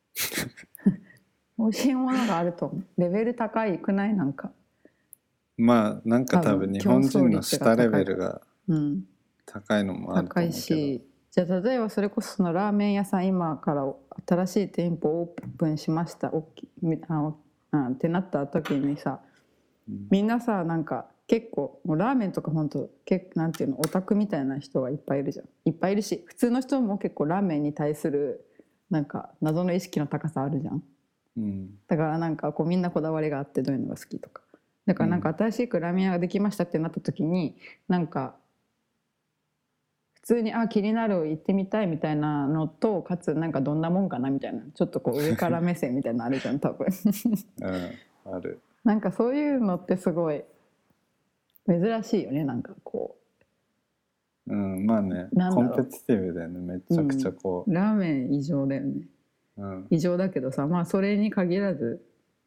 美味しいものがあるとレベル高いくないなんかまあなんか多分日本人の舌レベルが高いのもあると思うけど、うん、 高いしじゃあ例えばそれこそそのラーメン屋さん今から新しい店舗オープンしましたおっきああってなった時にさ、みんなさなんか結構もうラーメンとかほんと結構なんていうのオタクみたいな人がいっぱいいるじゃん。いっぱいいるし普通の人も結構ラーメンに対するなんか謎の意識の高さあるじゃん、 うん、 だからなんかこうみんなこだわりがあってどういうのが好きとかだからなんか新しくラーメン屋ができましたってなった時になんか普通にあ気になる行ってみたいみたいなのとかつなんかどんなもんかなみたいなちょっとこう上から目線みたいなのあるじゃん多分うんあるなんかそういうのってすごい珍しいよねなんかこううんまあねコンペティティブだよねめちゃくちゃこう、 うん、ラーメン異常だよね、うん、異常だけどさまあそれに限らず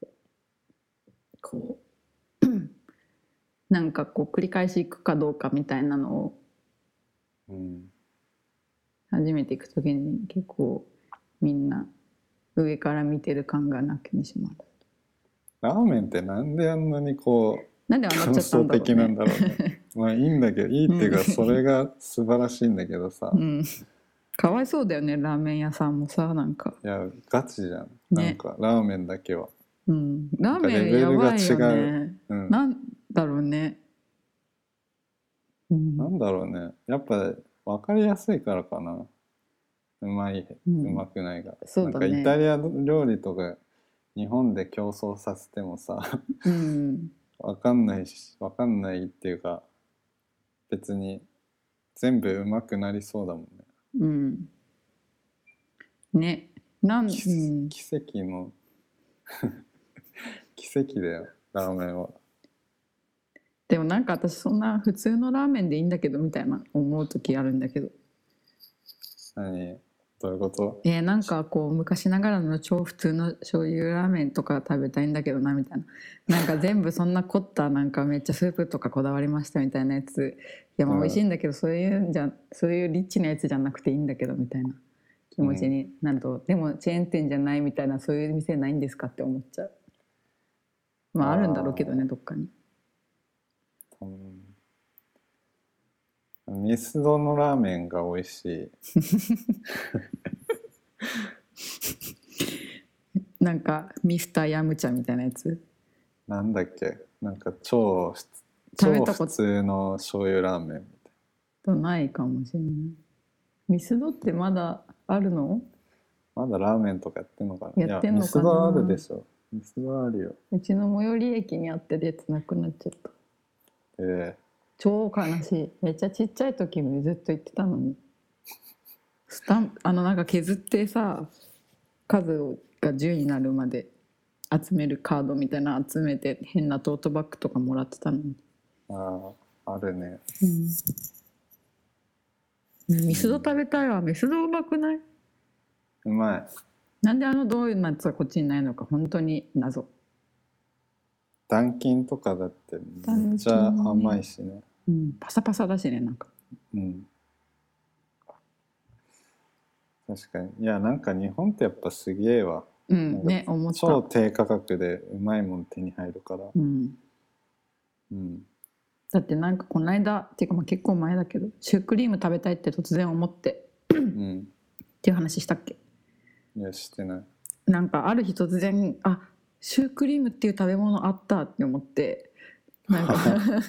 こうなんかこう繰り返し行くかどうかみたいなのを、うん、初めて行く時に結構みんな上から見てる感がなきにしもある。 ラーメンってなんであんなにこうなんであんなっちゃったんだろうね。 的なんだろうね。まあいいんだけどいいっていうかそれが素晴らしいんだけどさ、 うん、かわいそうだよねラーメン屋さんもさなんかいやガチじゃん、ね、なんかラーメンだけは、 うん、ラーメンやばいよね、うん、なんだろうね、 うん、なんだろうねやっぱ分かりやすいからかなうまい、うん、うまくないが、そうだね、なんかイタリア料理とか日本で競争させてもさ、うん、分かんないし分かんないっていうか別に全部うまくなりそうだもんね。 うんねなん奇、うん、奇跡の奇跡だよラーメンは。 でもなんか私そんな普通のラーメンでいいんだけどみたいな思う時あるんだけど。 何どういうこと？ えー、なんかこう昔ながらの超普通の醤油ラーメンとか食べたいんだけどなみたいな、なんか全部そんな凝ったなんかめっちゃスープとかこだわりましたみたいなやつ、いやまあ美味しいんだけど、うん、そういうんじゃそういうリッチなやつじゃなくていいんだけどみたいな気持ちになると、うん、でもチェーン店じゃないみたいなそういう店ないんですかって思っちゃう。まああるんだろうけどねどっかに。 うん、ミスドのラーメンが美味しいなんかミスターヤムチャみたいなやつなんだっけなんか超超普通の醤油ラーメンみたいなないかもしれない。ミスドってまだあるの？ まだラーメンとかやってんのかな。 やってんのかな。 ミスドあるでしょ。ミスドあるよ。 うちの最寄り駅にあってるやつなくなっちゃった。 ええー、 超悲しい。めっちゃちっちゃい時もずっと行ってたのにスタンあのなんか削ってさ数がじゅうになるまで集めるカードみたいな集めて変なトートバッグとかもらってたのに。 あああるね、 うん、ミスド食べたいわ。ミスドうまくない？ うまい。 なんであのどういうやつはこっちにないのか本当に謎。 ダンキンとかだってめっちゃ甘いしね、 うん、パサパサだしねなんか、 うん、確かに。いやなんか日本ってやっぱすげえわ、 うんね、思った。 超低価格でうまいもん手に入るから、うんうん、だってなんかこの間っていうかまあ結構前だけどシュークリーム食べたいって突然思って、うん、っていう話したっけ？ いやしてない。 なんかある日突然あシュークリームっていう食べ物あったって思ってなんか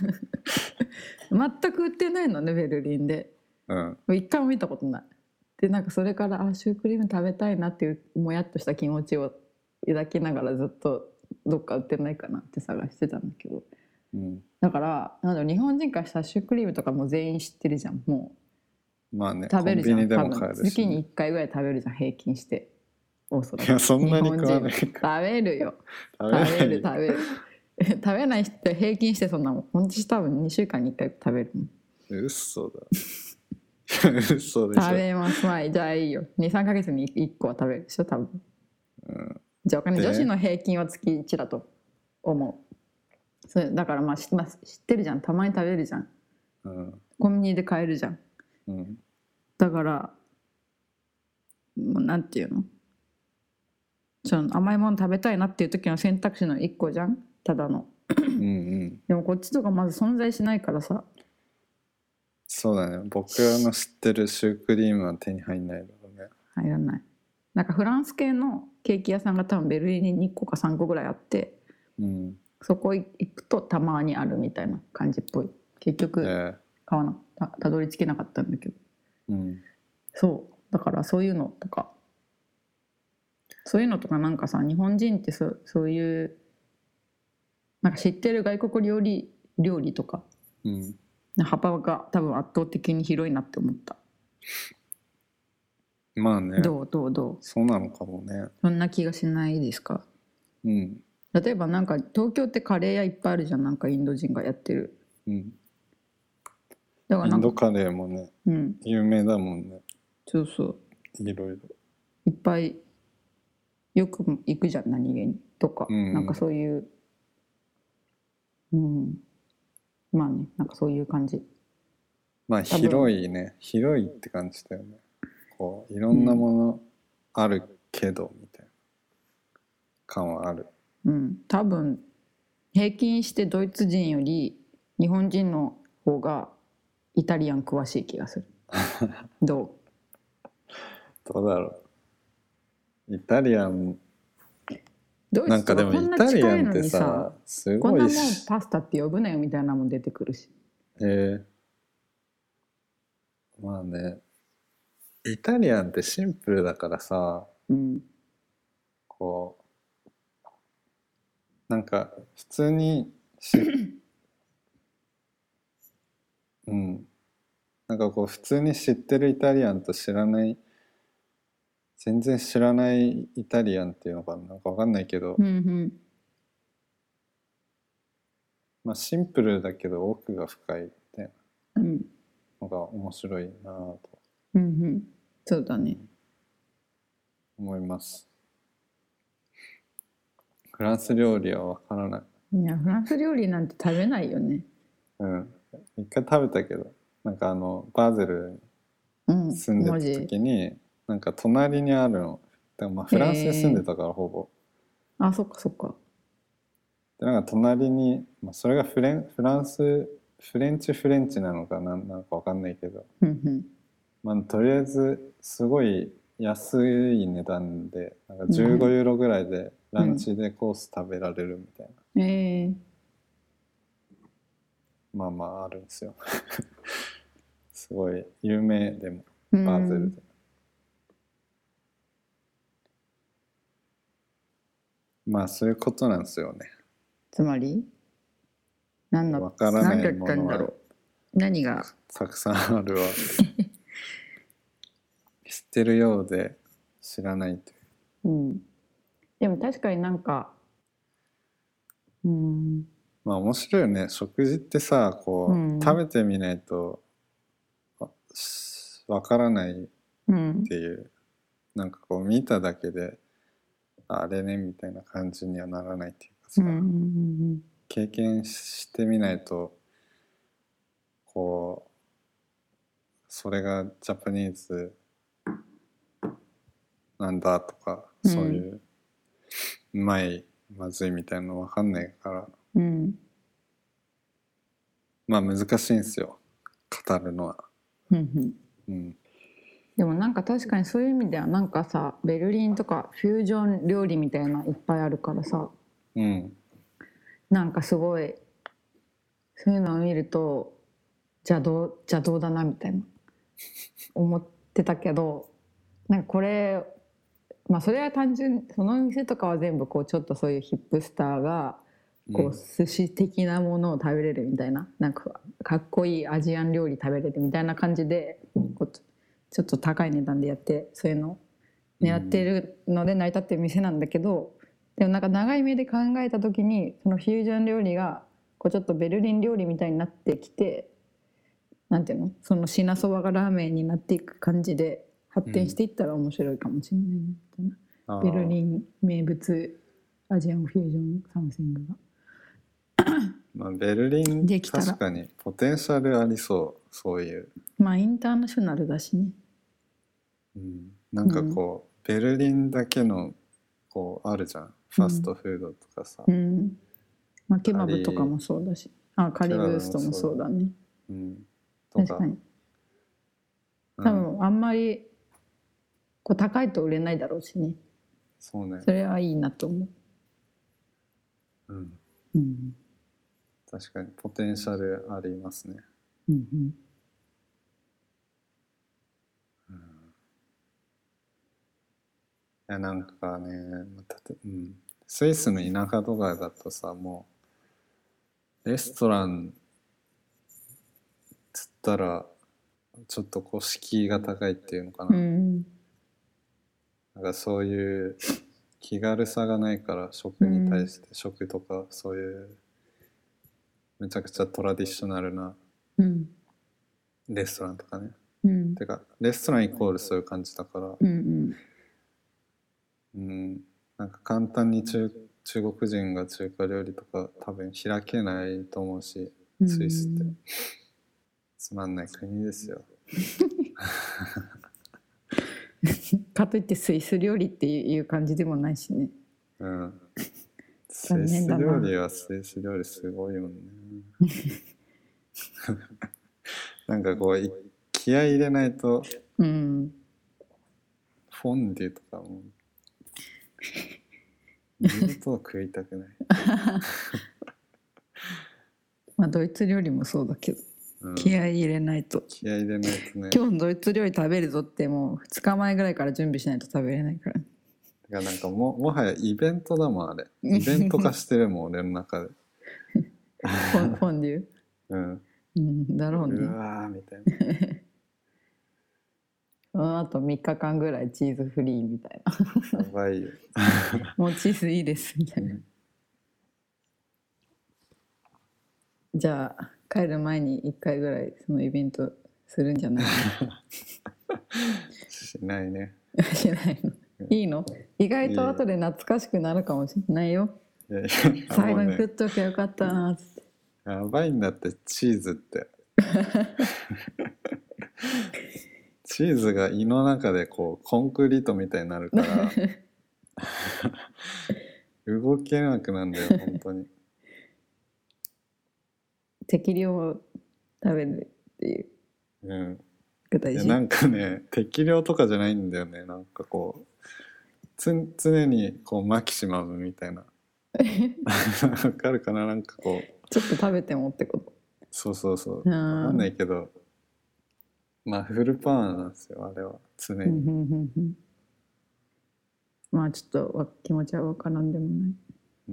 全く売ってないのねベルリンで、うん、一回も見たことないでなんかそれからあシュークリーム食べたいなっていうもやっとした気持ちを抱きながらずっとどっか売ってないかなって探してたんだけど、うん、だからなんだろう日本人からしたらシュークリームとかも全員知ってるじゃんもう、まあね、食べるじゃん。コンビニでも買えるし、ね、月にいっかいぐらい食べるじゃん平均して。オーソドックス。いやそんなに食わないか。食べるよ。食べる食べる食べない人平均してそんなもん本当多分にしゅうかんにいっかい食べるもん。 嘘だ嘘でしょ。 食べます。まあじゃあいいよ にさんかげつにいっこは食べるでしょ多分、うん、じゃあお金女子の平均は月いちだと思う。それだからまあ知ってるじゃんたまに食べるじゃん、うん、コンビニで買えるじゃん、うん、だからもうなんていうのその甘いもの食べたいなっていう時の選択肢のいっこじゃんただのうん、うん、でもこっちとかまず存在しないからさ。 そうだね、僕の知ってるシュークリームは手に入んないだろうね。 入らない。なんかフランス系のケーキ屋さんが多分ベルリンににこかさんこぐらいあって、 うん、 そこ行くとたまにあるみたいな感じっぽい。結局買わな、たたどり着けなかったんだけど、 うん、 そうだからそういうのとかそういうのとかなんかさ、日本人ってそそういうなんか知ってる外国料理料理とか、 うん、 幅が多分圧倒的に広いなって思った。 まあね、 どうどうどうそうなのかもね。 そんな気がしないですか？ うん、 例えばなんか東京ってカレー屋いっぱいあるじゃん、なんかインド人がやってる。 うん、 だからなんかインドカレーもね、 うん、 有名だもんね。 そうそういろいろいっぱいよく行くじゃん、何気にとか、 うんうん、 なんかそういう、うん、まあね、なんかそういう感じ。 まあ広いね、広いって感じだよね。こういろんなものあるけど、みたいな感はある。 うん、多分平均してドイツ人より日本人の方がイタリアン詳しい気がする。どうどうだろう。イタリアンドイツとかこんな近いのにさ、すごいこんなもんパスタって呼ぶなよみたいなのも出てくるし。 えー、まあね、イタリアンってシンプルだからさ、 うん、 こうなんか普通にしうんなんかこう普通に知ってるイタリアンと知らない全然知らないイタリアンっていうのかな、なんかわかんないけど、 うんうん、 まあシンプルだけど奥が深いみたいなのが面白いなと、 うんうん、そうだね、 思います。フランス料理はわからない。 いやフランス料理なんて食べないよね。 うん一回食べたけど、なんかあのバーゼルに住んでた時に、うん、なんか隣にあるのでもまあフランスに住んでたからほぼ、 あそっかそっか、 でなんか隣に、まあ、それがフレンフランスフレンチフレンチなのかな、なんかわかんないけど、 うんうん、 まあ、とりあえずすごい安い値段でなんかじゅうごユーロぐらいでランチでコース食べられるみたいな、 うん、えー、 まあまああるんですよすごい有名でもバーゼルで、まあそういうことなんですよね。 つまり何だわからないものは何がたくさんあるわ知ってるようで知らないという、 うん、でも確かになんか、うん、 まあ面白いよね、食事ってさこう、うん、食べてみないとわからないっていう、うん、なんかこう見ただけであれねみたいな感じにはならないっていうかさ、うん、経験してみないとこうそれがジャパニーズなんだとか、うん、そういううまいまずいみたいなの分かんないから、うん、まあ難しいんですよ語るのは、うんうん、でもなんか確かにそういう意味ではなんかさ、ベルリンとかフュージョン料理みたいないっぱいあるからさ、うん、なんかすごいそういうのを見ると邪道邪道だなみたいな思ってたけど、なんかこれまあそれは単純その店とかは全部こうちょっとそういうヒップスターがこう寿司的なものを食べれるみたいな、なんかかっこいいアジアン料理食べれるみたいな感じでこうちょっと高い値段でやってそういうのを狙ってるので成り立ってる店なんだけど、でもなんか長い目で考えた時にそのフュージョン料理がこうちょっとベルリン料理みたいになってきて、なんていうの、その品そばがラーメンになっていく感じで発展していったら面白いかもしれないみたいな、うん、ベルリン名物アジアンフュージョンサムシングがまあ、ベルリン確かにポテンシャルありそう、そういう、 まあインターナショナルだしね、 うん、なんかこう、うん、ベルリンだけのこうあるじゃん、ファストフードとかさ、うん、 まあ、ケバブとかもそうだし、あカリブーストもそうだね、 うん、 とか。 確かに多分あんまりこう高いと売れないだろうしね。 そうね。 それはいいなと思う。うん。 う。うん。 確かにポテンシャルありますね。 うんうん。 うん、いやなんかね、たとうん、スイスの田舎とかだとさ、もうレストランつったらちょっとこう敷居が高いっていうのかな。 うん、 なんかそういう気軽さがないから、食に対して、食とかそういうめちゃくちゃトラディショナルなレストランとかね、 うん、 てかレストランイコールそういう感じだから、 うんうん、なんか簡単に中中国人が中華料理とか多分開けないと思うし、スイスってつまんない国ですよ。 かといってスイス料理っていう感じでもないしね。 うん。スイス料理はスイス料理すごいもんね。なんかこう気合い入れないと、うん、フォンデュとかも二度と食いたくない。 まあドイツ料理もそうだけど、うん、気合い入れないと。 気合い入れないとね。 今日ドイツ料理食べるぞってもうふつかまえぐらいから準備しないと食べれないから。 だからなんか も, もはやイベントだもんあれ。イベント化してるもん俺の中で。 フォン、フォンデュ。 うん。 うん、だろうね。 うわーみたいな。 その後みっかかんぐらいチーズフリーみたいな。やばいよ。 もうチーズいいですみたいな。うん、じゃあ帰る前にいっかいぐらいそのイベントするんじゃないしないね。 しないの。いいの？意外と後で懐かしくなるかもしれないよ。いやいや最後に食っときゃよかったなって。 やばいんだってチーズって。チーズが胃の中でこうコンクリートみたいになるから動けなくなるんだよ本当に。 適量食べるっていう。 うん。いやなんかね適量とかじゃないんだよね。なんかこうつ常にこうマキシマムみたいな。わかるかな、なんかこう。 ちょっと食べてもってこと。 そうそうそう。わかんないけど、まあフルパワーなんですよあれは常に。 まあちょっと気持ちはわからんでもない。うん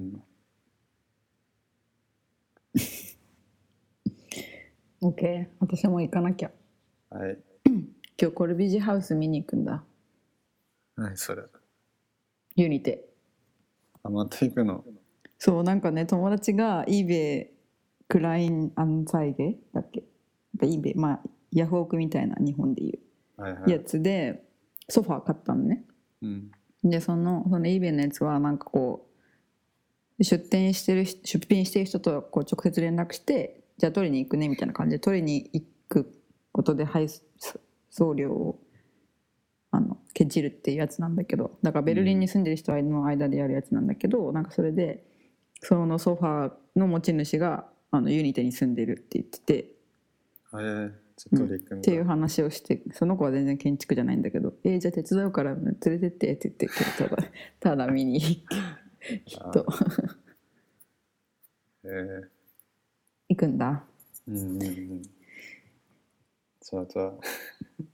。OK、私も行かなきゃ。 はい。 今日コルビジハウス見に行くんだ。 何それ？ ユニテ。 あ、また行くの？ そう、なんかね友達が eBay クラインアンザイゲだっけ、なんか eBay まあヤフオクみたいな日本でいうやつでソファー買ったのね。うん、でそのその eBay のやつはなんかこう出店してる出品してる人とこう直接連絡してじゃあ取りに行くねみたいな感じで取りに行くことで配送料をあのケチるっていうやつなんだけど、だからベルリンに住んでる人の間でやるやつなんだけど、うん、なんかそれでそのソファーの持ち主があのユニテに住んでるって言ってて、 えー、ちょっと取り組んだ、 うん、っていう話をして、その子は全然建築じゃないんだけど、えー、じゃあ手伝うから連れてってって言ってただただ見に行ってきっとえー、行くんだ。 うんうんうん。じゃあじゃあ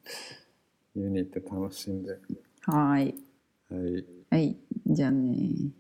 ユニって楽しんで。 はい。 はい。 はい。じゃあね。